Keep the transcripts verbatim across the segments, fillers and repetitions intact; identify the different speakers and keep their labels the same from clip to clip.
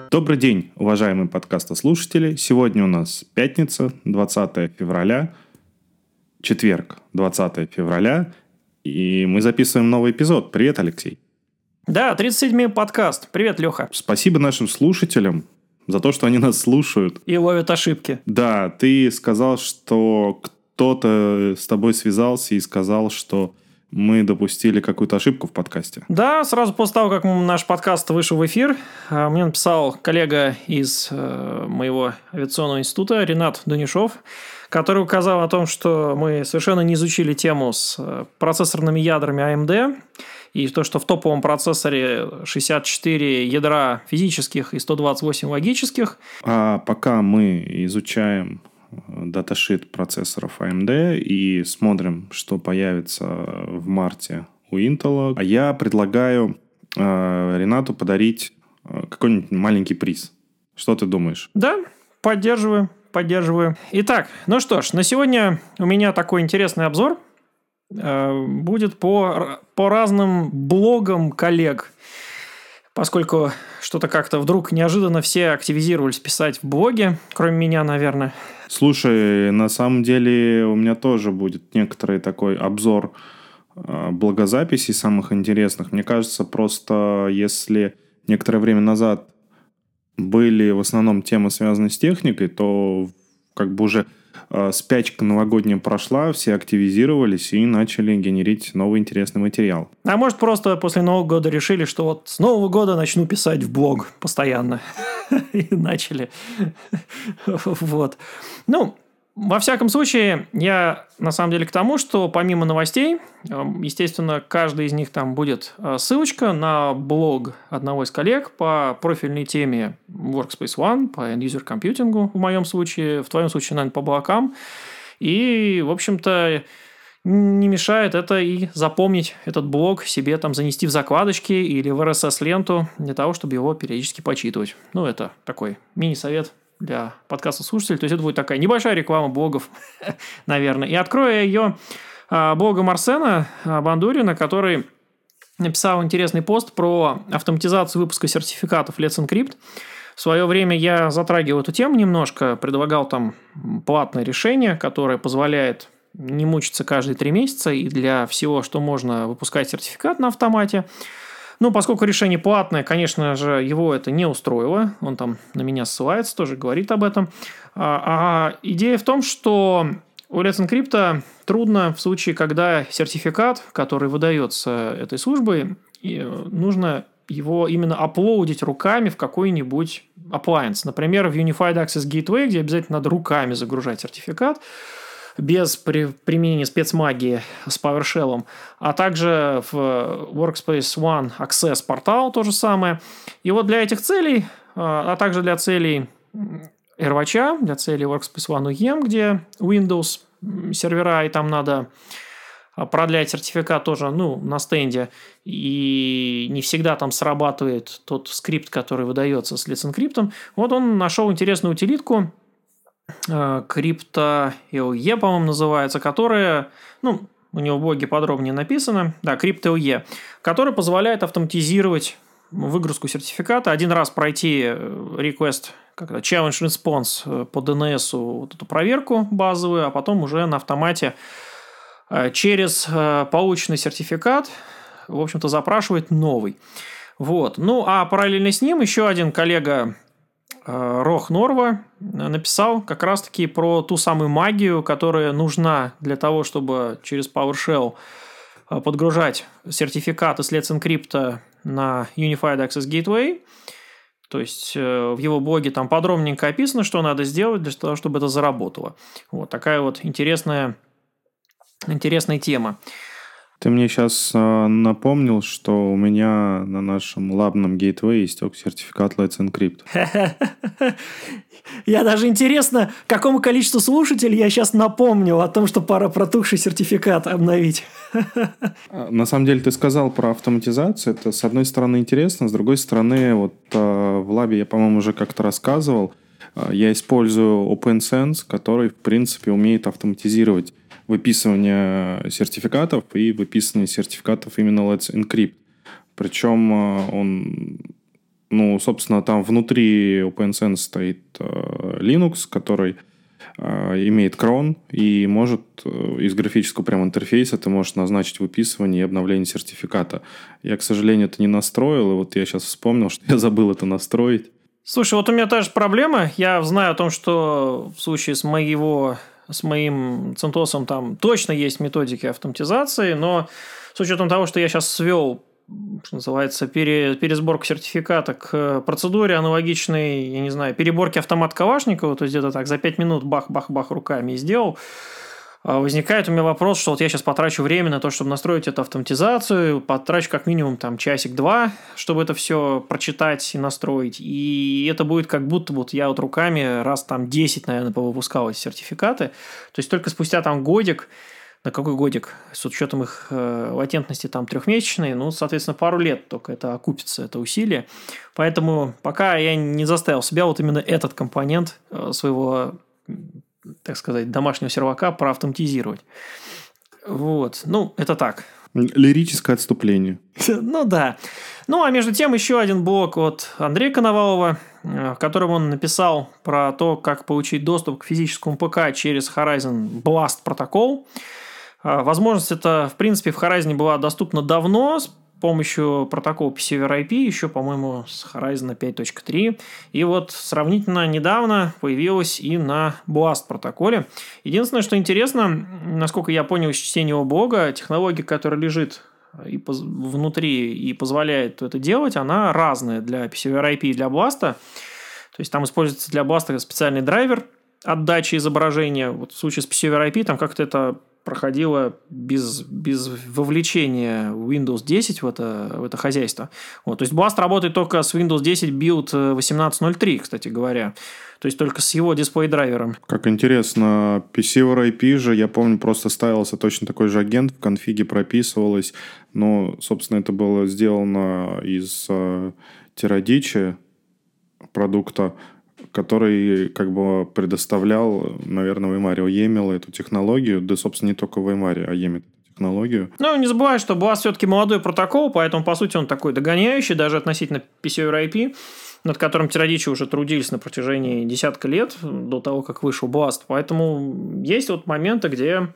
Speaker 1: Добрый день, уважаемые подкастослушатели. Сегодня у нас пятница, двадцатое февраля, четверг, двадцатое февраля, и мы записываем новый эпизод. Привет, Алексей.
Speaker 2: Да, тридцать седьмой подкаст. Привет, Леха.
Speaker 1: Спасибо нашим слушателям за то, что они нас слушают.
Speaker 2: И ловят ошибки.
Speaker 1: Да, ты сказал, что кто-то с тобой связался и сказал, что мы допустили какую-то ошибку в подкасте.
Speaker 2: Да, сразу после того, как наш подкаст вышел в эфир, мне написал коллега из моего авиационного института Ренат Дунишов, который указал о том, что мы совершенно не изучили тему с процессорными ядрами эй эм ди, и то, что в топовом процессоре шестьдесят четыре ядра физических и сто двадцать восемь логических.
Speaker 1: А пока мы изучаем даташит процессоров эй эм ди и смотрим, что появится в марте у Intel, а я предлагаю э, Ренату подарить какой-нибудь маленький приз. Что ты думаешь?
Speaker 2: Да, поддерживаю, поддерживаю. Итак, ну что ж, на сегодня у меня такой интересный обзор э, будет по, по разным блогам коллег. Поскольку что-то как-то вдруг неожиданно все активизировались писать в блоге, кроме меня, наверное.
Speaker 1: Слушай, на самом деле у меня тоже будет некоторый такой обзор э, блогозаписей самых интересных. Мне кажется, просто если некоторое время назад были в основном темы, связанные с техникой, то как бы уже э, спячка новогодняя прошла, все активизировались и начали генерить новый интересный материал.
Speaker 2: А может, просто после Нового года решили, что вот с Нового года начну писать в блог постоянно. И начали. Вот. Ну, во всяком случае, я на самом деле к тому, что помимо новостей, естественно, каждый из них там будет ссылочка на блог одного из коллег по профильной теме Workspace ONE, по end-user компьютингу в моем случае, в твоем случае, наверное, по облакам. И, в общем-то, не мешает это и запомнить этот блог, себе там занести в закладочки или в эр эс эс-ленту для того, чтобы его периодически почитывать. Ну, это такой мини-совет для подкаста слушателей. То есть, это будет такая небольшая реклама блогов, наверное. И открою я ее блогом Арсена Бандурина, который написал интересный пост про автоматизацию выпуска сертификатов Let's Encrypt. В свое время я затрагивал эту тему немножко, предлагал там платное решение, которое позволяет не мучиться каждые три месяца и для всего, что можно выпускать сертификат на автомате. Ну, поскольку решение платное, конечно же, его это не устроило. Он там на меня ссылается, тоже говорит об этом. А, а идея в том, что у Let's Encrypt трудно в случае, когда сертификат, который выдается этой службой, нужно его именно аплодить руками в какой-нибудь appliance. Например, в Unified Access Gateway, где обязательно надо руками загружать сертификат, без при, применения спецмагии с PowerShell, а также в Workspace ONE Access портал то же самое. И вот для этих целей, а также для целей AirWatch, для целей Workspace ONE ю и эм, где Windows сервера, и там надо продлять сертификат тоже, ну, на стенде, и не всегда там срабатывает тот скрипт, который выдается с Let's Encrypt. Вот он нашел интересную утилитку, Crypto эл и, по-моему, называется, которая, ну, у него в блоге подробнее написано, да, Crypto эл и, которая позволяет автоматизировать выгрузку сертификата, один раз пройти request, как-то challenge response по ди эн эс, вот эту проверку базовую, а потом уже на автомате через полученный сертификат, в общем-то, запрашивать новый. Вот. Ну, а параллельно с ним еще один коллега Рох Норва написал как раз-таки про ту самую магию, которая нужна для того, чтобы через PowerShell подгружать сертификаты с Let's Encrypt на Unified Access Gateway. То есть, в его блоге там подробненько описано, что надо сделать для того, чтобы это заработало. Вот такая вот интересная, интересная тема.
Speaker 1: Ты мне сейчас э, напомнил, что у меня на нашем лабном гейтвее истек сертификат Let's Encrypt.
Speaker 2: Я даже интересно, какому количеству слушателей я сейчас напомнил о том, что пора протухший сертификат обновить.
Speaker 1: На самом деле ты сказал про автоматизацию. Это, с одной стороны, интересно, с другой стороны, вот э, в лабе я, по-моему, уже как-то рассказывал, э, я использую OpenSense, который, в принципе, умеет автоматизировать выписывание сертификатов и выписывание сертификатов именно Let's Encrypt. Причем он Ну, собственно, там внутри OpenSense стоит э, Linux, который э, имеет крон и может э, из графического прям интерфейса ты можешь назначить выписывание и обновление сертификата. Я, к сожалению, это не настроил, и вот я сейчас вспомнил, что я забыл это настроить.
Speaker 2: Слушай, вот у меня та же проблема. Я знаю о том, что в случае с моего, с моим CentOS там точно есть методики автоматизации, но с учетом того, что я сейчас свел, что называется, пере, пересборку сертификата к процедуре аналогичной, я не знаю, переборке автомат Калашникова, то есть где-то так за пять минут бах-бах-бах руками и сделал, возникает у меня вопрос, что вот я сейчас потрачу время на то, чтобы настроить эту автоматизацию, потрачу как минимум там часик-два, чтобы это все прочитать и настроить. И это будет как будто вот я вот руками раз там десять, наверное, повыпускал эти сертификаты. То есть только спустя там годик, на какой годик, с учетом их э, латентности там трехмесячной, ну, соответственно, пару лет только это окупится, это усилие. Поэтому пока я не заставил себя вот именно этот компонент э, своего, так сказать, домашнего сервака проавтоматизировать. Вот. Ну, это так.
Speaker 1: Лирическое отступление.
Speaker 2: Ну, да. Ну, а между тем еще один блог от Андрея Коновалова, в котором он написал про то, как получить доступ к физическому ПК через Horizon Blast протокол. Возможность эта, в принципе, в Horizon была доступна давно с помощью протокола пи си over ай пи, еще, по-моему, с Horizon пять точка три. И вот сравнительно недавно появилась и на Blast протоколе. Единственное, что интересно, насколько я понял из чтения его блога, технология, которая лежит и поз- внутри и позволяет это делать, она разная для пи си over ай пи и для Blast. То есть там используется для Blast специальный драйвер отдачи изображения. Вот в случае с пи си over ай пи там как-то это проходило без, без вовлечения Windows десять в это, в это хозяйство. Вот, то есть Blast работает только с Windows десять билд восемнадцать ноль три, кстати говоря. То есть только с его дисплей-драйвером.
Speaker 1: Как интересно, пи си over ай пи же, я помню, просто ставился точно такой же агент, в конфиге прописывалось, но, собственно, это было сделано из э, Teradicci продукта, который как бы предоставлял, наверное, Ваймаре Емел эту технологию, да, собственно, не только Ваймаре, а Емел эту технологию.
Speaker 2: Ну, не забывай, что Blast все-таки молодой протокол, поэтому, по сути, он такой догоняющий, даже относительно пи си over ай пи, над которым Teradicci уже трудились на протяжении десятка лет, до того, как вышел Blast. Поэтому есть вот моменты, где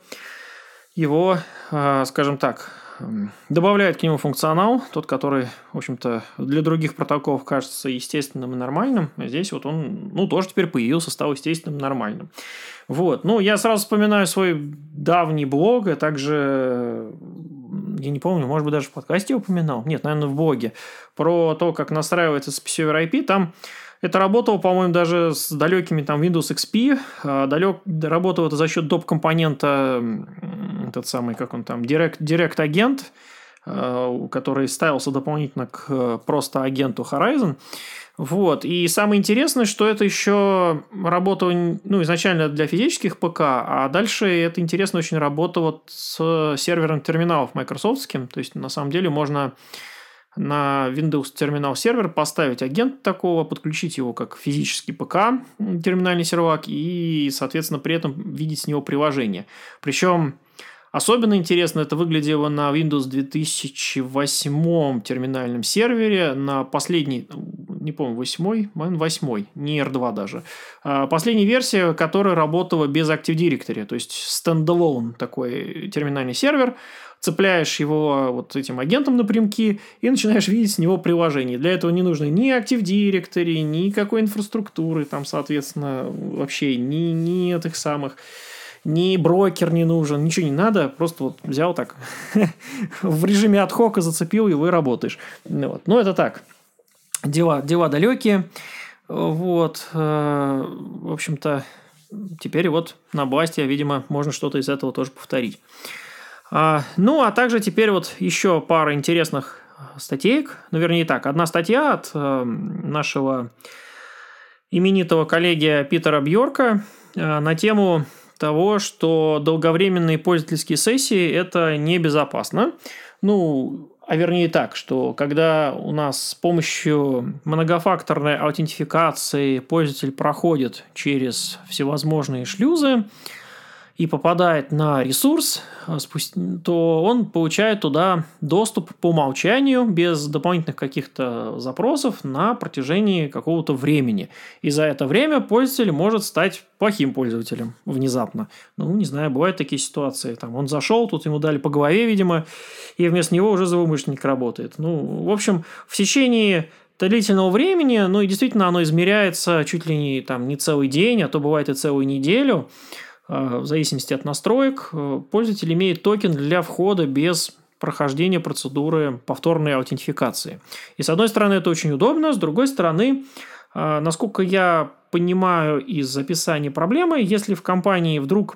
Speaker 2: его, скажем так, добавляет к нему функционал, тот, который, в общем-то, для других протоколов кажется естественным и нормальным, а здесь вот он, ну, тоже теперь появился, стал естественным и нормальным. Вот. Ну, я сразу вспоминаю свой давний блог, а также, я не помню, может быть, даже в подкасте упоминал, нет, наверное, в блоге, про то, как настраивается с пи си over ай пи, там это работало, по-моему, даже с далекими там Windows икс пи. Далек, работало это за счет доп-компонента, этот самый, как он там, Direct, Direct агент, который ставился дополнительно к просто агенту Horizon. Вот. И самое интересное, что это еще работало, ну, изначально для физических ПК, а дальше это интересно очень работало с сервером терминалов майкрософтским. То есть, на самом деле, можно на Windows терминал сервер поставить агент такого, подключить его как физический ПК, терминальный сервак, и, соответственно, при этом видеть с него приложение. Причем особенно интересно это выглядело на Windows две тысячи восемь терминальном сервере, на последней, не помню, восьмой, восьмой, не эр два даже. Последняя версия, которая работала без Active Directory, то есть стендалон такой терминальный сервер. Цепляешь его вот этим агентом напрямки и начинаешь видеть с него приложение. Для этого не нужно ни Active Directory, ни никакой инфраструктуры, там, соответственно, вообще ни, ни этих самых, ни брокер не нужен, ничего не надо, просто вот взял так в режиме адхока зацепил, и вы работаешь. Вот. Ну, это так. Дела, дела далекие. Вот. В общем-то, теперь вот на Бласте, видимо, можно что-то из этого тоже повторить. А, ну, а также теперь вот еще пара интересных статеек. Ну, вернее так, одна статья от э, нашего именитого коллеги Питера Бьорка э, на тему того, что долговременные пользовательские сессии – это небезопасно. Ну, а вернее так, что когда у нас с помощью многофакторной аутентификации пользователь проходит через всевозможные шлюзы и попадает на ресурс, то он получает туда доступ по умолчанию, без дополнительных каких-то запросов на протяжении какого-то времени. И за это время пользователь может стать плохим пользователем внезапно. Ну, не знаю, бывают такие ситуации. Там он зашел, тут ему дали по голове, видимо, и вместо него уже злоумышленник работает. Ну, в общем, в течение длительного времени, ну и действительно оно измеряется чуть ли не, там, не целый день, а то бывает и целую неделю, в зависимости от настроек, пользователь имеет токен для входа без прохождения процедуры повторной аутентификации. И с одной стороны это очень удобно, с другой стороны, насколько я понимаю из описания проблемы, если в компании вдруг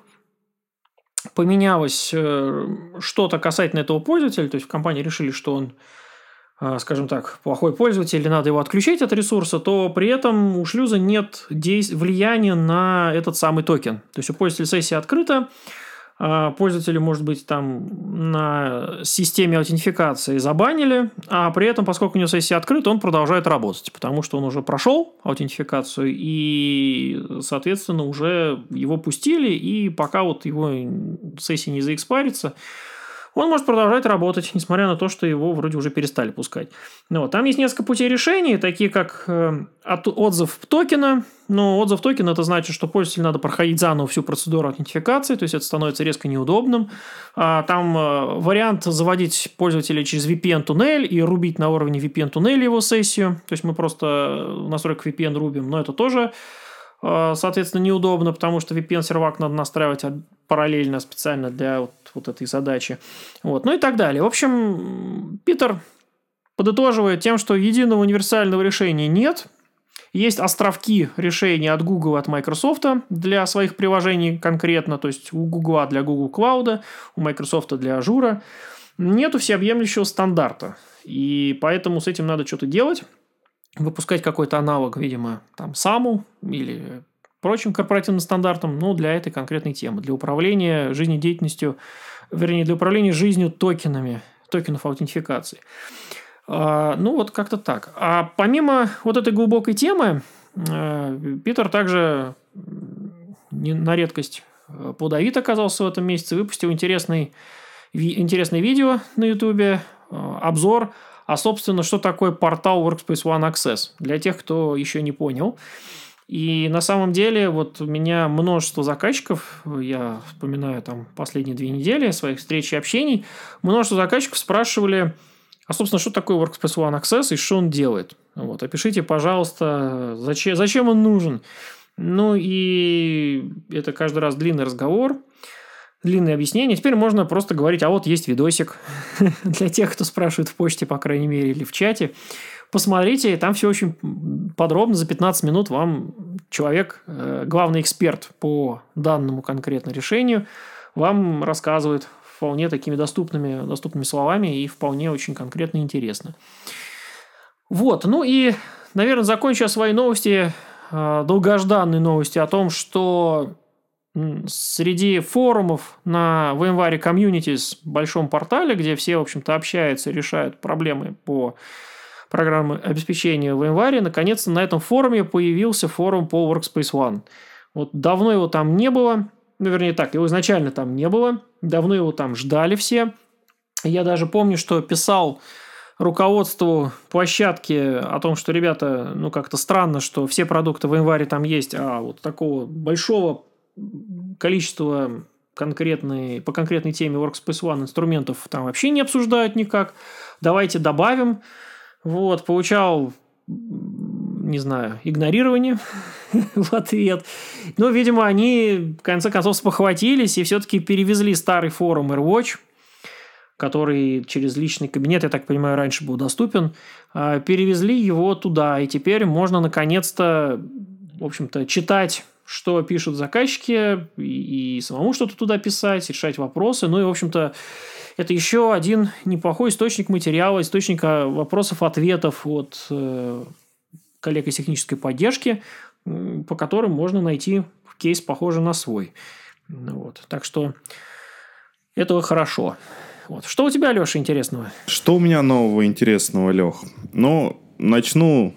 Speaker 2: поменялось что-то касательно этого пользователя, то есть в компании решили, что он, скажем так, плохой пользователь, или надо его отключить от ресурса, то при этом у шлюза нет действ- влияния на этот самый токен. То есть у пользователя сессия открыта, пользователя, может быть, там на системе аутентификации забанили, а при этом, поскольку у него сессия открыта, он продолжает работать, потому что он уже прошел аутентификацию, и, соответственно, уже его пустили, и пока вот его сессия не заэкспарится, он может продолжать работать, несмотря на то, что его вроде уже перестали пускать. Ну, вот. Там есть несколько путей решения, такие как э, от, отзыв токена. Но отзыв токена – это значит, что пользователю надо проходить заново всю процедуру аутентификации, то есть это становится резко неудобным. А, там э, вариант заводить пользователя через ви пи эн-туннель и рубить на уровне ви пи эн-туннеля его сессию. То есть мы просто в настройках ви пи эн рубим, но это тоже, э, соответственно, неудобно, потому что ви пи эн-сервак надо настраивать параллельно специально для вот, вот этой задачи. Вот. Ну и так далее. В общем, Питер подытоживает тем, что единого универсального решения нет. Есть островки решений от Google, от Microsoft для своих приложений конкретно. То есть у Google для Google Cloud, у Microsoft для Azure. Нету всеобъемлющего стандарта. И поэтому с этим надо что-то делать. Выпускать какой-то аналог, видимо, там саму или прочим корпоративным стандартам, но для этой конкретной темы, для управления жизнедеятельностью, вернее, для управления жизнью токенами, токенов аутентификации. А, ну, вот как-то так. А помимо вот этой глубокой темы, Питер также на редкость плодовит оказался в этом месяце, выпустил интересный, интересное видео на YouTube, обзор, а, собственно, что такое портал Workspace ONE Access, для тех, кто еще не понял. И на самом деле вот у меня множество заказчиков, я вспоминаю там последние две недели своих встреч и общений, множество заказчиков спрашивали, а, собственно, что такое Workspace ONE Access и что он делает. Вот, опишите, пожалуйста, зачем, зачем он нужен. Ну и это каждый раз длинный разговор, длинное объяснение. Теперь можно просто говорить, а вот есть видосик для тех, кто спрашивает в почте, по крайней мере, или в чате. Посмотрите, там все очень подробно, за пятнадцать минут вам человек, главный эксперт по данному конкретно решению, вам рассказывает вполне такими доступными, доступными словами и вполне очень конкретно и интересно. Вот, ну и, наверное, закончу я свои новости, долгожданные новости о том, что среди форумов на VMware Communities, большом портале, где все, в общем-то, общаются и решают проблемы по программы обеспечения VMware, наконец-то на этом форуме появился форум по Workspace ONE. Вот давно его там не было, ну, вернее так, его изначально там не было, давно его там ждали все. Я даже помню, что писал руководству площадки о том, что, ребята, ну, как-то странно, что все продукты VMware там есть, а вот такого большого количества конкретной, по конкретной теме Workspace ONE инструментов там вообще не обсуждают никак. Давайте добавим. Вот, получал, не знаю, игнорирование в ответ. Но, видимо, они в конце концов спохватились и все-таки перевезли старый форум AirWatch, который через личный кабинет, я так понимаю, раньше был доступен, перевезли его туда. И теперь можно наконец-то, в общем-то, читать, что пишут заказчики, и, и самому что-то туда писать, решать вопросы. Ну и, в общем-то, это еще один неплохой источник материала, источник вопросов-ответов от э, коллег из технической поддержки, э, по которым можно найти кейс, похожий на свой. Вот. Так что это хорошо. Вот. Что у тебя, Леша, интересного?
Speaker 1: Что у меня нового интересного, Лех? Ну, начну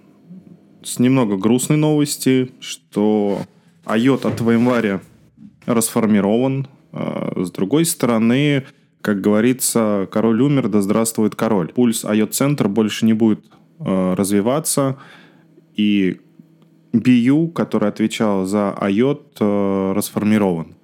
Speaker 1: с немного грустной новости, что ай о ти от VMware расформирован. С другой стороны, как говорится, король умер, да здравствует король. Пульс ай о ти Center больше не будет развиваться, и би ю, который отвечал за ай о ти, расформирован.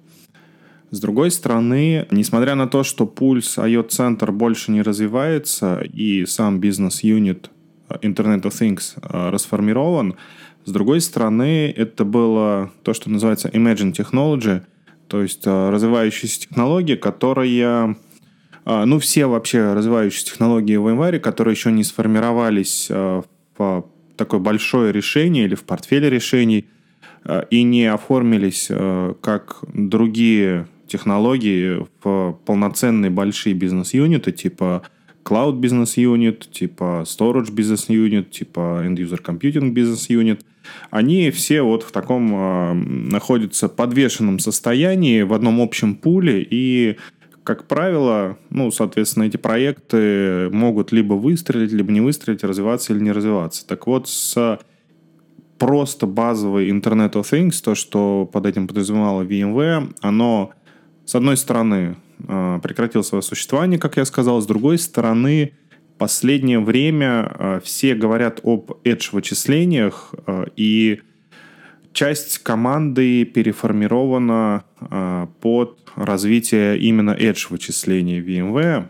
Speaker 1: С другой стороны, несмотря на то, что пульс ай о ти Center больше не развивается, и сам бизнес-юнит Internet of Things расформирован, с другой стороны, это было то, что называется Emerging Technology, то есть развивающиеся технологии, которые... Ну, все вообще развивающиеся технологии в VMware, которые еще не сформировались в такое большое решение или в портфеле решений и не оформились как другие технологии в полноценные большие бизнес-юниты, типа Cloud Business Unit, типа Storage Business Unit, типа End User Computing Business Unit. Они все вот в таком э, находятся подвешенном состоянии в одном общем пуле, и, как правило, ну, соответственно, эти проекты могут либо выстрелить, либо не выстрелить, развиваться или не развиваться. Так вот, с просто базовый Internet of Things, то, что под этим подразумевало VMware, оно, с одной стороны, прекратил свое существование, как я сказал. С другой стороны, в последнее время все говорят об Edge-вычислениях, и часть команды переформирована под развитие именно Edge-вычислений VMware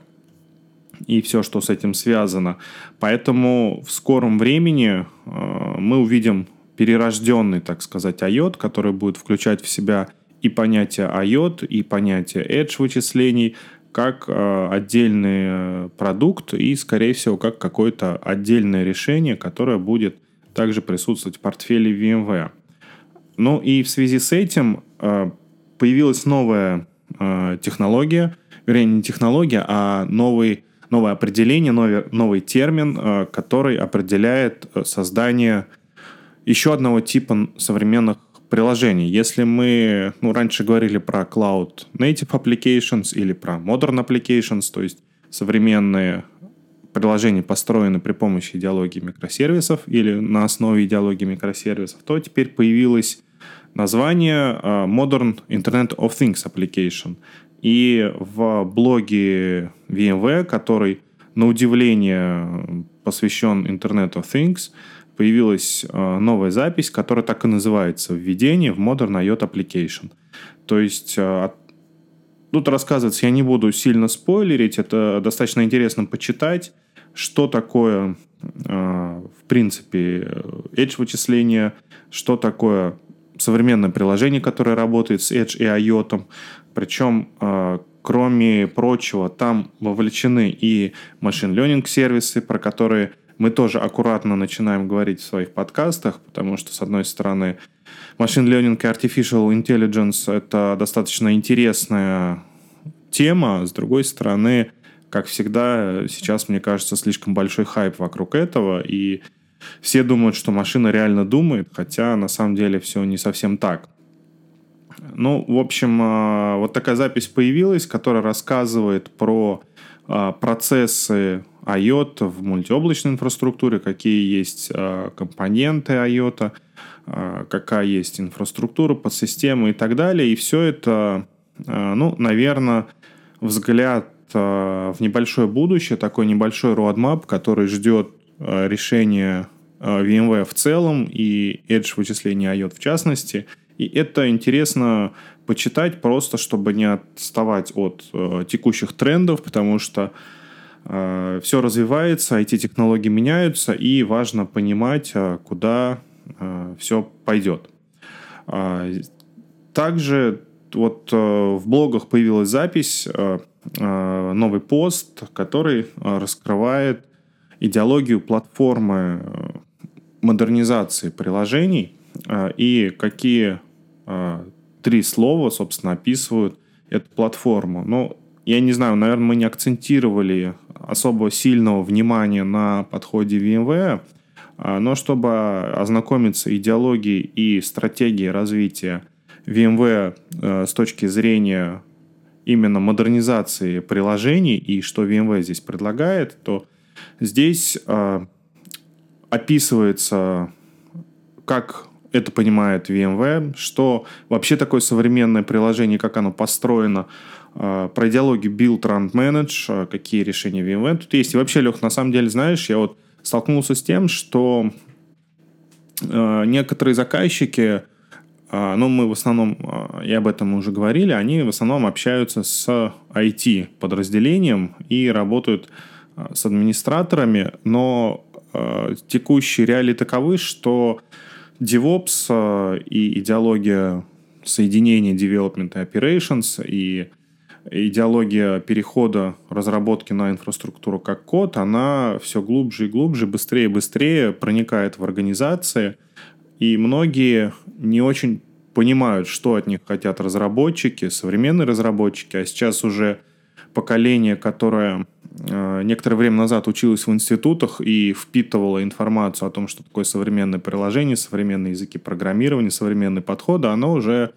Speaker 1: и все, что с этим связано. Поэтому в скором времени мы увидим перерожденный, так сказать, ай о ти, который будет включать в себя и понятие ай о ти, и понятие Edge-вычислений как э, отдельный э, продукт и, скорее всего, как какое-то отдельное решение, которое будет также присутствовать в портфеле VMware. Ну и в связи с этим э, появилась новая э, технология, вернее, не технология, а новый, новое определение, новый, новый термин, э, который определяет создание еще одного типа современных приложений. Если мы ну, раньше говорили про Cloud Native Applications или про Modern Applications, то есть современные приложения построены при помощи идеологии микросервисов или на основе идеологии микросервисов, то теперь появилось название Modern Internet of Things Application. И в блоге VMware, который, на удивление, посвящен Internet of Things, появилась новая запись, которая так и называется «Введение в Modern ай о ти Application». То есть тут рассказывается, я не буду сильно спойлерить, это достаточно интересно почитать, что такое, в принципе, Edge-вычисление, что такое современное приложение, которое работает с Edge и ай о ти. Причем, кроме прочего, там вовлечены и machine learning сервисы, про которые мы тоже аккуратно начинаем говорить в своих подкастах, потому что, с одной стороны, machine learning и artificial intelligence — это достаточно интересная тема, с другой стороны, как всегда, сейчас, мне кажется, слишком большой хайп вокруг этого, и все думают, что машина реально думает, хотя на самом деле все не совсем так. Ну, в общем, вот такая запись появилась, которая рассказывает про процессы ай о ти в мультиоблачной инфраструктуре, какие есть компоненты ай о ти, какая есть инфраструктура, подсистемы и так далее. И все это, ну, наверное, взгляд в небольшое будущее, такой небольшой roadmap, который ждет решения VMware в целом и Edge вычисления ай о ти в частности. И это интересно почитать просто, чтобы не отставать от текущих трендов, потому что все развивается, ай ти-технологии меняются, и важно понимать, куда все пойдет. Также вот в блогах появилась запись, новый пост, который раскрывает идеологию платформы модернизации приложений и какие три слова, собственно, описывают эту платформу. Ну, я не знаю, наверное, мы не акцентировали особо сильного внимания на подходе VMware, но чтобы ознакомиться идеологией и стратегией развития VMware с точки зрения именно модернизации приложений и что VMware здесь предлагает, то здесь описывается, как это понимает VMware, что вообще такое современное приложение, как оно построено, про идеологию Build, Run, Manage, какие решения VMware тут есть. И вообще, Лех, на самом деле, знаешь, я вот столкнулся с тем, что некоторые заказчики, ну, мы в основном, и об этом мы уже говорили, они в основном общаются с ай ти-подразделением и работают с администраторами, но текущие реалии таковы, что DevOps и идеология соединения Development и Operations и идеология перехода разработки на инфраструктуру как код, она все глубже и глубже, быстрее и быстрее проникает в организации, и многие не очень понимают, что от них хотят разработчики, современные разработчики, а сейчас уже поколение, которое э, некоторое время назад училось в институтах и впитывало информацию о том, что такое современное приложение, современные языки программирования, современные подходы, оно уже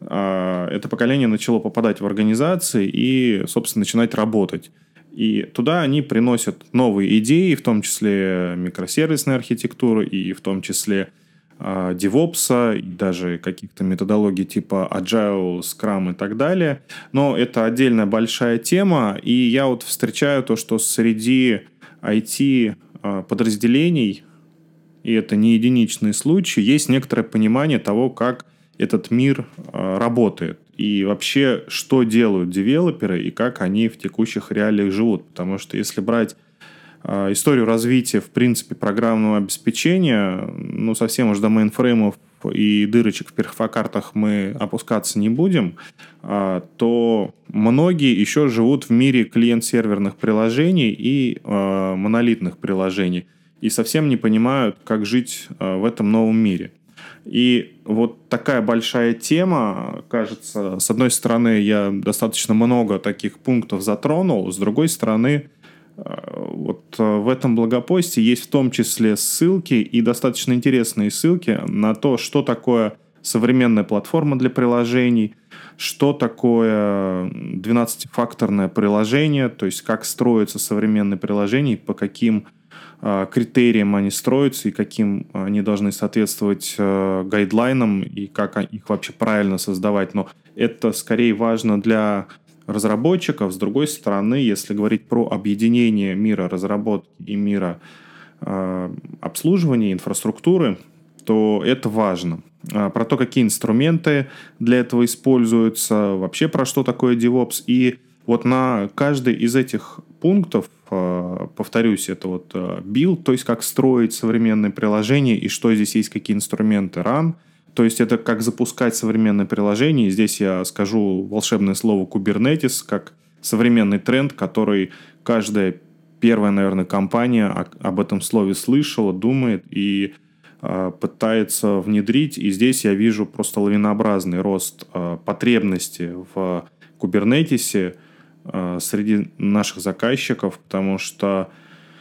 Speaker 1: это поколение начало попадать в организации и, собственно, начинать работать. И туда они приносят новые идеи, в том числе микросервисной архитектуры, и в том числе э, DevOps, и даже каких-то методологий типа Agile, Scrum и так далее. Но это отдельная большая тема, и я вот встречаю то, что среди ай ти-подразделений, и это не единичные случаи, есть некоторое понимание того, как этот мир э, работает. И вообще, что делают девелоперы и как они в текущих реалиях живут. Потому что если брать э, историю развития, в принципе, программного обеспечения, ну, совсем уж до мейнфреймов и дырочек в перфокартах мы опускаться не будем, э, то многие еще живут в мире клиент-серверных приложений и э, монолитных приложений. И совсем не понимают, как жить э, в этом новом мире. И вот такая большая тема, кажется, с одной стороны, я достаточно много таких пунктов затронул, с другой стороны, вот в этом блогопосте есть в том числе ссылки и достаточно интересные ссылки на то, что такое современная платформа для приложений, что такое двенадцатифакторное приложение, то есть как строятся современные приложения, по каким критериям они строятся и каким они должны соответствовать гайдлайнам и как их вообще правильно создавать. Но это скорее важно для разработчиков. С другой стороны, если говорить про объединение мира разработки и мира обслуживания инфраструктуры, то это важно. Про то, какие инструменты для этого используются, вообще про что такое DevOps. И вот на каждый из этих пунктов, повторюсь, это вот build, то есть как строить современные приложения и что здесь есть, какие инструменты, run, то есть это как запускать современное приложение. И здесь я скажу волшебное слово Kubernetes, как современный тренд, который каждая первая, наверное, компания об этом слове слышала, думает и пытается внедрить. И здесь я вижу просто лавинообразный рост потребности в Kubernetes среди наших заказчиков, потому что,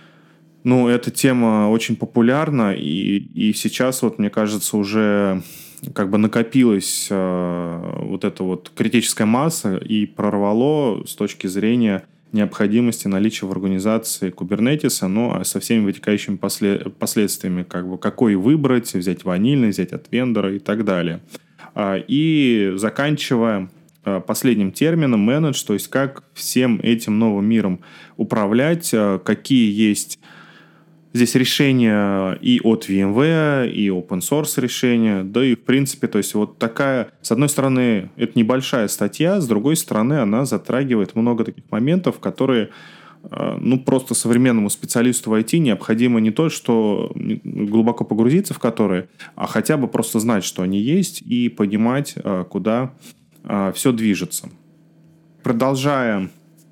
Speaker 1: ну, эта тема очень популярна, и, и сейчас, вот, мне кажется, уже как бы накопилась э, вот эта вот критическая масса и прорвало с точки зрения необходимости наличия в организации Kubernetes, ну, со всеми вытекающими после, последствиями, как бы, какой выбрать, взять ванильный, взять от вендора и так далее. И заканчивая последним термином менедж, то есть как всем этим новым миром управлять, какие есть здесь решения и от VMware, и open source решения, да и в принципе, то есть вот такая, с одной стороны, это небольшая статья, с другой стороны, она затрагивает много таких моментов, которые, ну, просто современному специалисту в ай ти необходимо не то, что глубоко погрузиться в которые, а хотя бы просто знать, что они есть, и понимать, куда все движется. Продолжая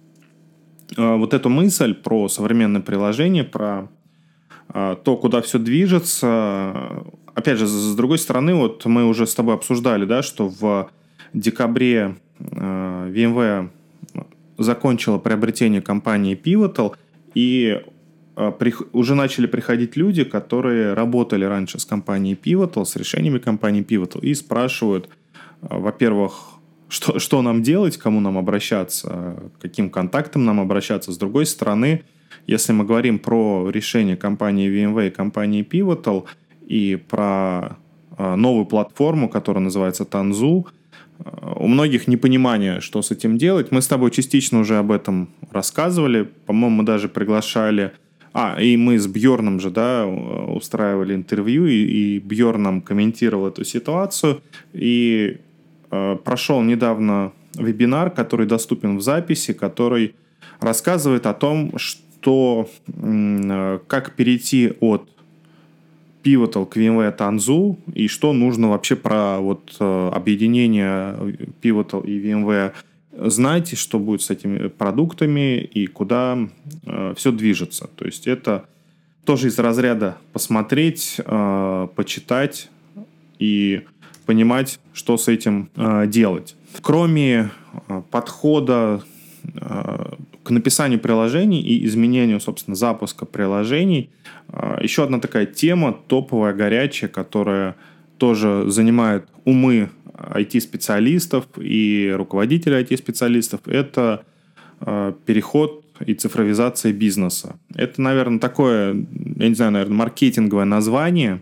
Speaker 1: вот эту мысль про современное приложение, про то, куда все движется. Опять же, с другой стороны, вот мы уже с тобой обсуждали, да, что в декабре VMware закончила приобретение компании Pivotal, и уже начали приходить люди, которые работали раньше с компанией Pivotal, с решениями компании Pivotal, и спрашивают, во-первых, Что, что нам делать, кому нам обращаться, каким контактам нам обращаться. С другой стороны, если мы говорим про решение компании VMware и компании Pivotal и про новую платформу, которая называется Tanzu. У многих непонимание, что с этим делать. Мы с тобой частично уже об этом рассказывали. По-моему, мы даже приглашали... А, и мы с Бьорном же, да, устраивали интервью, и, и Бьорн нам комментировал эту ситуацию. И э, прошел недавно вебинар, который доступен в записи, который рассказывает о том, что, э, как перейти от Pivotal к VMware Tanzu, и что нужно вообще про вот, э, объединение Pivotal и VMware знать, что будет с этими продуктами и куда э, все движется. То есть это тоже из разряда посмотреть, э, почитать и понимать, что с этим э, делать. Кроме э, подхода э, к написанию приложений и изменению, собственно, запуска приложений, э, еще одна такая тема, топовая, горячая, которая тоже занимает умы ай ти-специалистов и руководителей ай ти-специалистов, это э, переход и цифровизация бизнеса. Это, наверное, такое, я не знаю, наверное, маркетинговое название,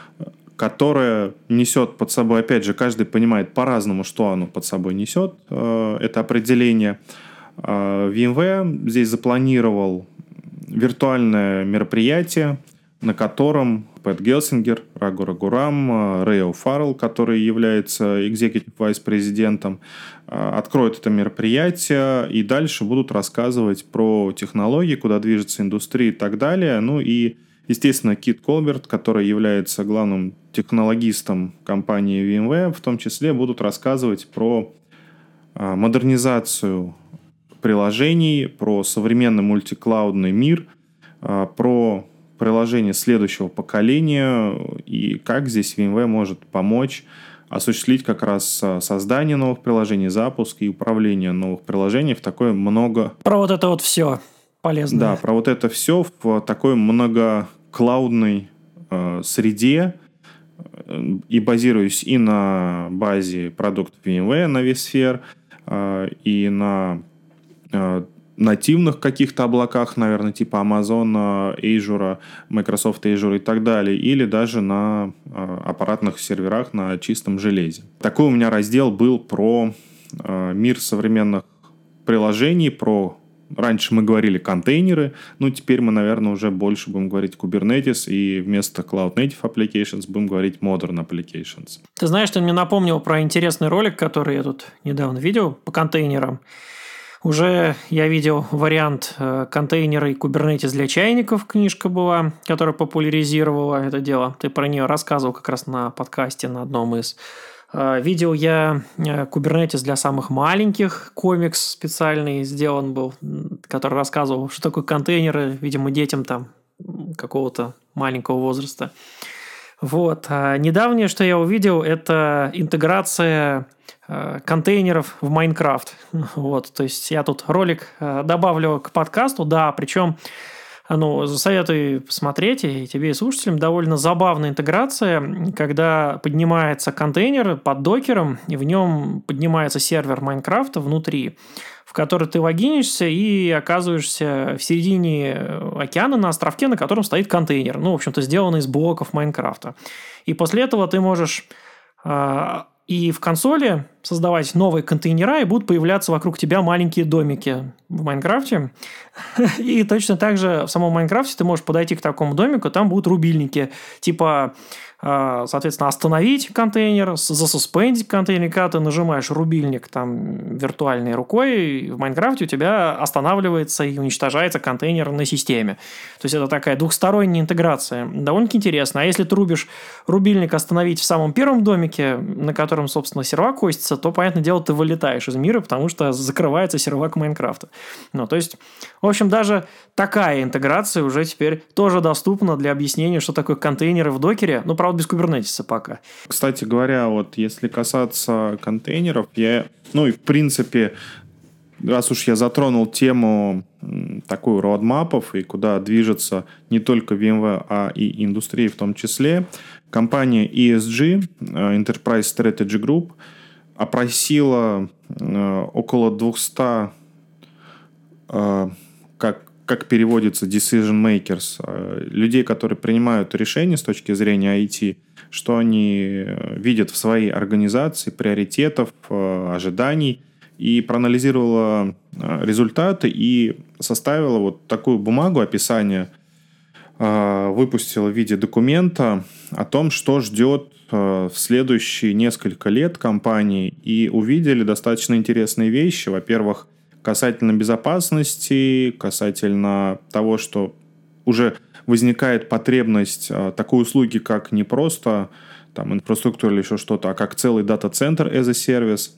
Speaker 1: которое несет под собой, опять же, каждый понимает по-разному, что оно под собой несет, э, это определение. Э, VMware здесь запланировал виртуальное мероприятие, на котором Пэт Гелсингер, Рагу Рагурам, Рэй О'Фаррелл, который является executive vice-президентом, откроют это мероприятие и дальше будут рассказывать про технологии, куда движется индустрия и так далее. Ну и, естественно, Кит Колберт, который является главным технологистом компании VMware, в том числе будут рассказывать про модернизацию приложений, про современный мультиклаудный мир, про приложение следующего поколения и как здесь VMware может помочь осуществить как раз создание новых приложений, запуск и управление новых приложений в такое много...
Speaker 2: Про вот это вот все полезное.
Speaker 1: Да, про вот это все в такой многоклаудной э, среде и базируясь и на базе продуктов VMware на vSphere, э, и на э, нативных каких-то облаках, наверное, типа Amazon, Azure, Microsoft Azure и так далее, или даже на э, аппаратных серверах на чистом железе. Такой у меня раздел был про э, мир современных приложений, про... Раньше мы говорили контейнеры, ну теперь мы, наверное, уже больше будем говорить Kubernetes, и вместо Cloud Native Applications будем говорить Modern Applications.
Speaker 2: Ты знаешь, ты мне напомнил про интересный ролик, который я тут недавно видел по контейнерам. Уже я видел вариант э, контейнера и Kubernetes для чайников, книжка была, которая популяризировала это дело. Ты про нее рассказывал как раз на подкасте на одном из. Э, видел я э, Kubernetes для самых маленьких, комикс специальный сделан был, который рассказывал, что такое контейнеры, видимо, детям там какого-то маленького возраста. Вот. А недавнее, что я увидел, это интеграция э, контейнеров в Майнкрафт. Вот. То есть я тут ролик э, добавлю к подкасту, да, причем ну, советую посмотреть, и тебе, и слушателям, довольно забавная интеграция, когда поднимается контейнер под докером, и в нем поднимается сервер Майнкрафта внутри, в который ты логинишься и оказываешься в середине океана на островке, на котором стоит контейнер. Ну, в общем-то, сделанный из блоков Майнкрафта. И после этого ты можешь э, и в консоли создавать новые контейнера, и будут появляться вокруг тебя маленькие домики в Майнкрафте. И точно так же в самом Майнкрафте ты можешь подойти к такому домику, там будут рубильники. Типа, соответственно, остановить контейнер, засуспендить контейнер, когда ты нажимаешь рубильник там виртуальной рукой, в Майнкрафте у тебя останавливается и уничтожается контейнер на системе. То есть это такая двухсторонняя интеграция. Довольно-таки интересно. А если ты рубишь рубильник остановить в самом первом домике, на котором, собственно, сервак хостится, то, понятное дело, ты вылетаешь из мира, потому что закрывается сервак Майнкрафта. Ну, то есть, в общем, даже такая интеграция уже теперь тоже доступна для объяснения, что такое контейнеры в докере. Ну, правда, без кубернетиса пока.
Speaker 1: Кстати говоря, вот если касаться контейнеров, я, ну и в принципе, раз уж я затронул тему такую роадмапов и куда движется не только VMware, а и индустрия в том числе, компания и эс джи, Enterprise Strategy Group, опросила около двухсот, как как переводится decision makers, людей, которые принимают решения с точки зрения ай ти, что они видят в своей организации, приоритетов, ожиданий, и проанализировала результаты и составила вот такую бумагу описания, выпустила в виде документа о том, что ждет в следующие несколько лет компании, и увидели достаточно интересные вещи. Во-первых, касательно безопасности, касательно того, что уже возникает потребность такой услуги, как не просто там, инфраструктура или еще что-то, а как целый дата-центр as a service.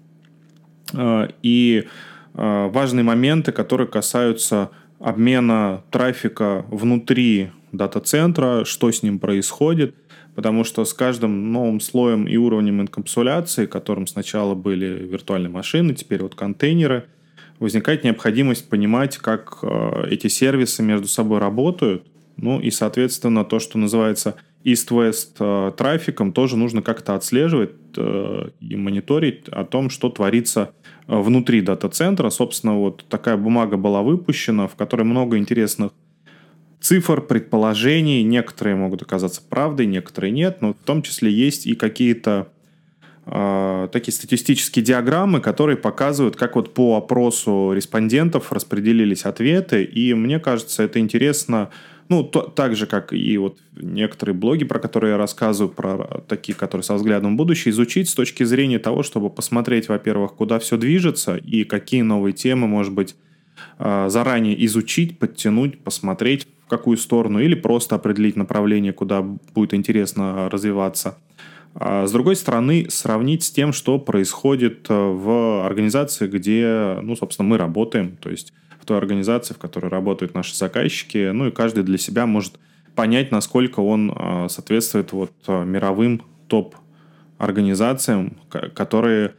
Speaker 1: И важные моменты, которые касаются обмена трафика внутри дата-центра, что с ним происходит, потому что с каждым новым слоем и уровнем инкапсуляции, которым сначала были виртуальные машины, теперь вот контейнеры, возникает необходимость понимать, как эти сервисы между собой работают. Ну и, соответственно, то, что называется East-West трафиком, тоже нужно как-то отслеживать и мониторить о том, что творится внутри дата-центра. Собственно, вот такая бумага была выпущена, в которой много интересных цифр, предположений. Некоторые могут оказаться правдой, некоторые нет, но в том числе есть и какие-то э, такие статистические диаграммы, которые показывают, как вот по опросу респондентов распределились ответы. И мне кажется, это интересно. Ну, то, так же, как и вот некоторые блоги, про которые я рассказываю, про такие, которые со взглядом в будущее, изучить с точки зрения того, чтобы посмотреть, во-первых, куда все движется и какие новые темы, может быть, заранее изучить, подтянуть, посмотреть, в какую сторону, или просто определить направление, куда будет интересно развиваться. А с другой стороны, сравнить с тем, что происходит в организации, где, ну, собственно, мы работаем, то есть в той организации, в которой работают наши заказчики, ну и каждый для себя может понять, насколько он соответствует вот мировым топ-организациям, которые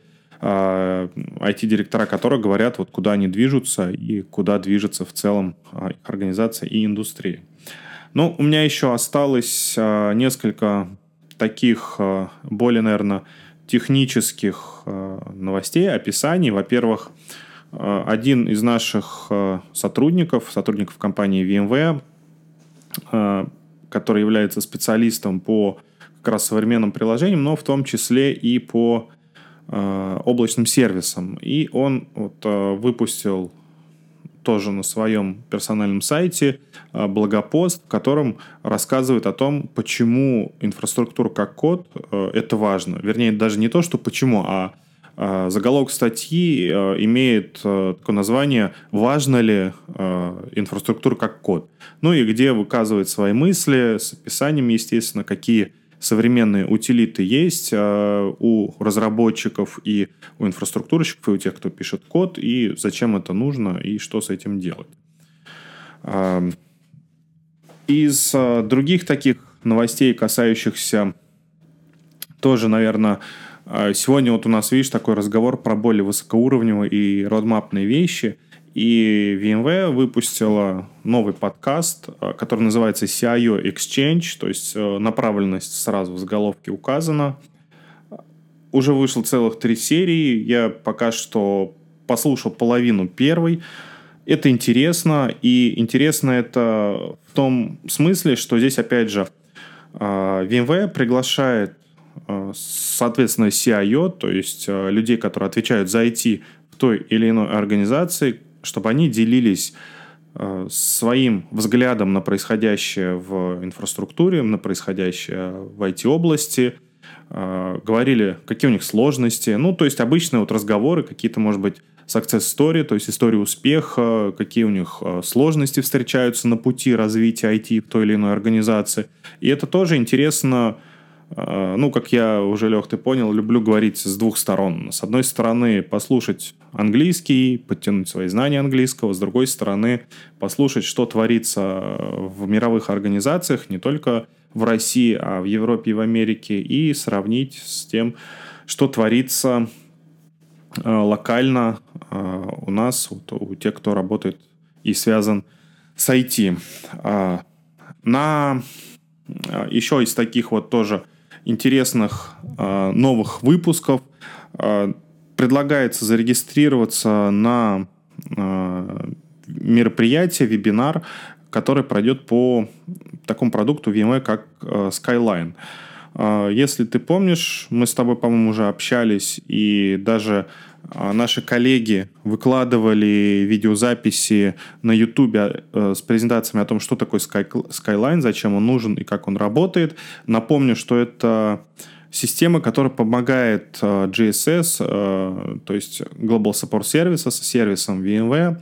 Speaker 1: ай ти-директора которых говорят, вот куда они движутся и куда движется в целом их организация и индустрия. Ну, у меня еще осталось несколько таких более, наверное, технических новостей, описаний. Во-первых, один из наших сотрудников, сотрудников компании VMware, который является специалистом по как раз современным приложениям, но в том числе и по облачным сервисам. И он вот выпустил тоже на своем персональном сайте блогопост, в котором рассказывает о том, почему инфраструктура как код — это важно. Вернее, даже не то, что почему, а заголовок статьи имеет такое название «Важно ли инфраструктура как код?». Ну и где выказывает свои мысли с описанием, естественно, какие современные утилиты есть у разработчиков и у инфраструктурщиков, и у тех, кто пишет код, и зачем это нужно, и что с этим делать. Из других таких новостей, касающихся тоже, наверное, сегодня вот у нас, видишь, такой разговор про более высокоуровневые и родмапные вещи. И VMware выпустила новый подкаст, который называется си ай о Exchange, то есть направленность сразу в заголовке указана. Уже вышло целых три серии. Я пока что послушал половину первой. Это интересно. И интересно это в том смысле, что здесь, опять же, VMware приглашает, соответственно, си ай о, то есть людей, которые отвечают за ай ти в той или иной организации, чтобы они делились э, своим взглядом на происходящее в инфраструктуре, на происходящее в ай ти-области, э, говорили, какие у них сложности. Ну, то есть обычные вот разговоры, какие-то, может быть, success story, то есть истории успеха, какие у них э, сложности встречаются на пути развития ай ти в той или иной организации. И это тоже интересно. Ну, как я уже, Лех, ты понял, люблю говорить с двух сторон. С одной стороны, послушать английский, подтянуть свои знания английского. С другой стороны, послушать, что творится в мировых организациях, не только в России, а в Европе и в Америке, и сравнить с тем, что творится локально у нас, вот, у тех, кто работает и связан с ай ти. На еще из таких вот тоже интересных э, новых выпусков э, предлагается зарегистрироваться на э, мероприятие, вебинар, который пройдет по такому продукту VMware, как Skyline. Если ты помнишь, мы с тобой, по-моему, уже общались, и даже наши коллеги выкладывали видеозаписи на YouTube с презентациями о том, что такое Skyline, зачем он нужен и как он работает. Напомню, что это система, которая помогает джи эс эс, то есть Global Support Services, сервисам VMware,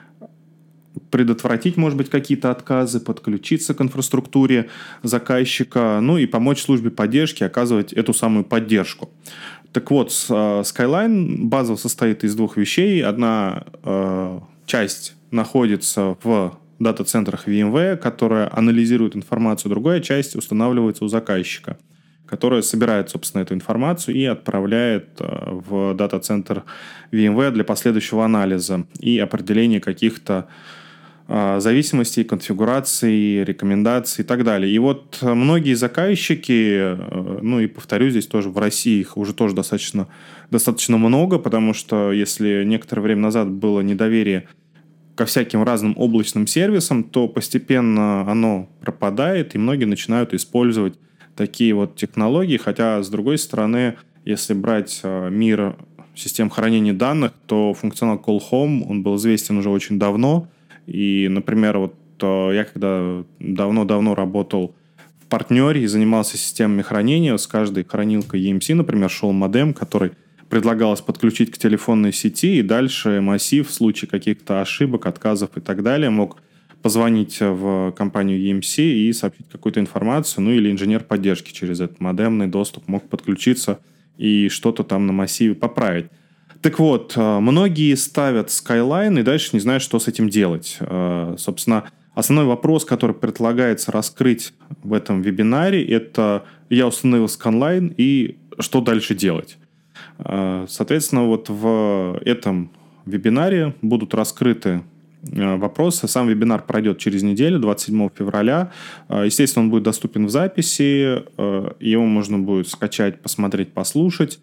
Speaker 1: предотвратить, может быть, какие-то отказы, подключиться к инфраструктуре заказчика, ну и помочь службе поддержки оказывать эту самую поддержку. Так вот, Skyline базово состоит из двух вещей. Одна э, часть находится в дата-центрах VMware, которая анализирует информацию, другая часть устанавливается у заказчика, которая собирает, собственно, эту информацию и отправляет э, в дата-центр VMware для последующего анализа и определения каких-то зависимостей, конфигураций, рекомендаций и так далее. И вот многие заказчики, ну и повторю, здесь тоже в России их уже тоже достаточно, достаточно много, потому что если некоторое время назад было недоверие ко всяким разным облачным сервисам, то постепенно оно пропадает, и многие начинают использовать такие вот технологии, хотя, с другой стороны, если брать мир систем хранения данных, то функционал Call Home, он был известен уже очень давно. И, например, вот я когда давно-давно работал в партнере и занимался системами хранения, с каждой хранилкой и эм си, например, шел модем, который предлагалось подключить к телефонной сети, и дальше массив в случае каких-то ошибок, отказов и так далее мог позвонить в компанию и эм си и сообщить какую-то информацию, ну или инженер поддержки через этот модемный доступ мог подключиться и что-то там на массиве поправить. Так вот, многие ставят Skyline и дальше не знают, что с этим делать. Собственно, основной вопрос, который предлагается раскрыть в этом вебинаре, это я установил Skyline и что дальше делать. Соответственно, вот в этом вебинаре будут раскрыты вопросы. Сам вебинар пройдет через неделю, двадцать седьмого февраля. Естественно, он будет доступен в записи. Его можно будет скачать, посмотреть, послушать.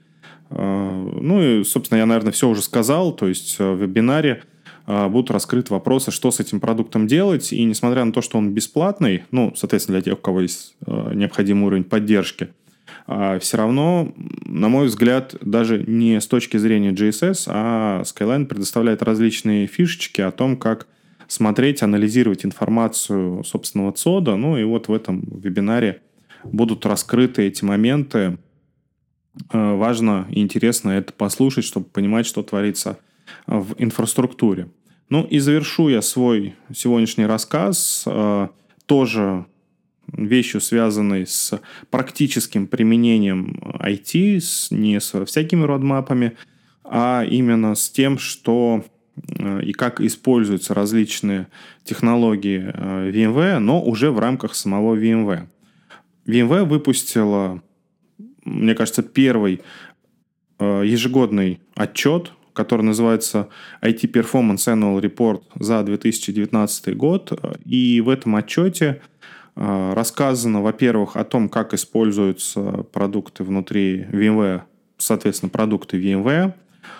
Speaker 1: Ну и, собственно, я, наверное, все уже сказал. То есть в вебинаре будут раскрыты вопросы, что с этим продуктом делать. И несмотря на то, что он бесплатный, ну, соответственно, для тех, у кого есть необходимый уровень поддержки, все равно, на мой взгляд, даже не с точки зрения джи эс эс, а Skyline предоставляет различные фишечки о том, как смотреть, анализировать информацию собственного цода. Ну и вот в этом вебинаре будут раскрыты эти моменты. Важно и интересно это послушать, чтобы понимать, что творится в инфраструктуре. Ну и завершу я свой сегодняшний рассказ тоже вещью, связанной с практическим применением ай ти, с, не с всякими родмапами, а именно с тем, что и как используются различные технологии VMware, но уже в рамках самого VMware. VMware выпустила, мне кажется, первый ежегодный отчет, который называется ай ти Performance Annual Report за две тысячи девятнадцатый год. И в этом отчете рассказано, во-первых, о том, как используются продукты внутри VMware, соответственно, продукты VMware,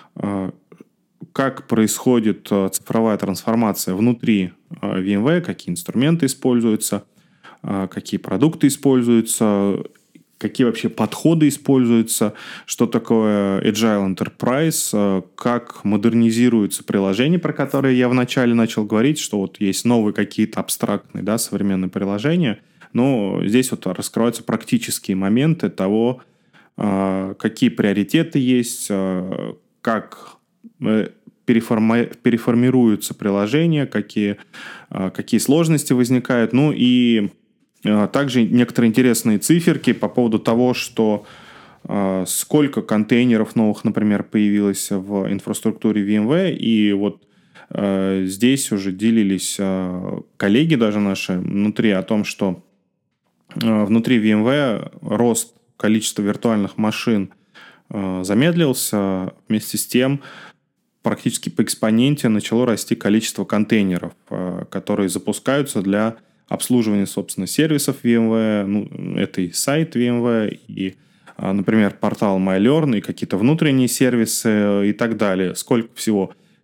Speaker 1: как происходит цифровая трансформация внутри VMware, какие инструменты используются, какие продукты используются, какие вообще подходы используются, что такое Agile Enterprise, как модернизируются приложения, про которые я вначале начал говорить, что вот есть новые какие-то абстрактные, да, современные приложения, но здесь вот раскрываются практические моменты того, какие приоритеты есть, как переформи- переформируются приложения, какие, какие сложности возникают, ну и также некоторые интересные циферки по поводу того, что э, сколько контейнеров новых, например, появилось в инфраструктуре VMware. И вот э, здесь уже делились э, коллеги даже наши внутри о том, что э, внутри VMware рост количества виртуальных машин э, замедлился. Вместе с тем практически по экспоненте начало расти количество контейнеров, э, которые запускаются для обслуживание, собственно, сервисов VMware, ну, это и сайт VMware, и, например, портал MyLearn, и какие-то внутренние сервисы и так далее. Сколько всего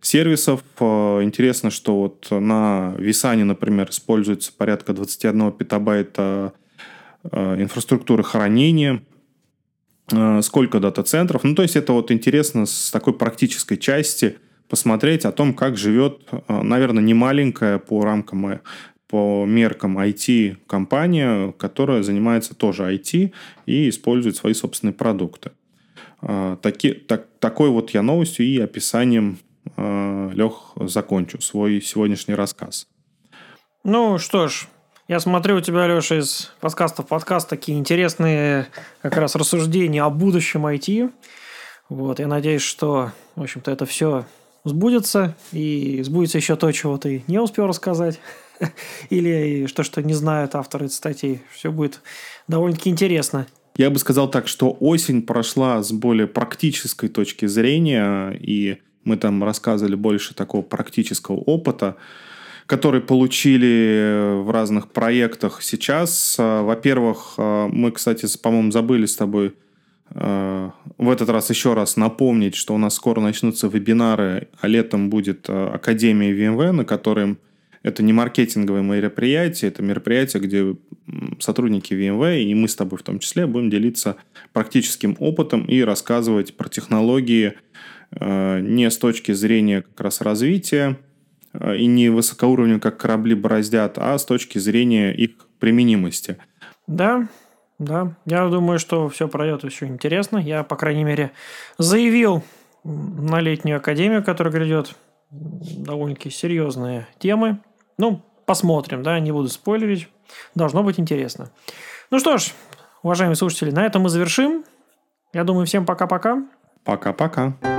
Speaker 1: сервисов. Интересно, что вот на Висане, например, используется порядка двадцать один петабайта инфраструктуры хранения. Сколько дата-центров. Ну, то есть, это вот интересно с такой практической части посмотреть о том, как живет, наверное, не маленькая по рамкам, по меркам ай ти-компания, которая занимается тоже ай ти и использует свои собственные продукты. Таки, так, такой вот я новостью и описанием, Лех, закончу свой сегодняшний рассказ.
Speaker 2: Ну, что ж, я смотрю, у тебя, Леша, из подкаста в подкаст такие интересные как раз рассуждения о будущем ай ти. Вот, я надеюсь, что, в общем-то, это все сбудется, и сбудется еще то, чего ты не успел рассказать, или то, что не знают авторы статей. Все будет довольно-таки интересно.
Speaker 1: Я бы сказал так, что осень прошла с более практической точки зрения, и мы там рассказывали больше такого практического опыта, который получили в разных проектах сейчас. Во-первых, мы, кстати, по-моему, забыли с тобой в этот раз еще раз напомнить, что у нас скоро начнутся вебинары, а летом будет Академия VMware, на которой это не маркетинговое мероприятие, это мероприятие, где сотрудники VMware, и мы с тобой в том числе, будем делиться практическим опытом и рассказывать про технологии не с точки зрения как раз развития и не высокоуровневые, как корабли бороздят, а с точки зрения их применимости.
Speaker 2: Да, да. Я думаю, что все пройдет очень интересно. Я, по крайней мере, заявил на летнюю академию, которая грядет, довольно-таки серьезные темы. Ну, посмотрим, да, не буду спойлерить. Должно быть интересно. Ну что ж, уважаемые слушатели, на этом мы завершим. Я думаю, всем пока-пока.
Speaker 1: Пока-пока.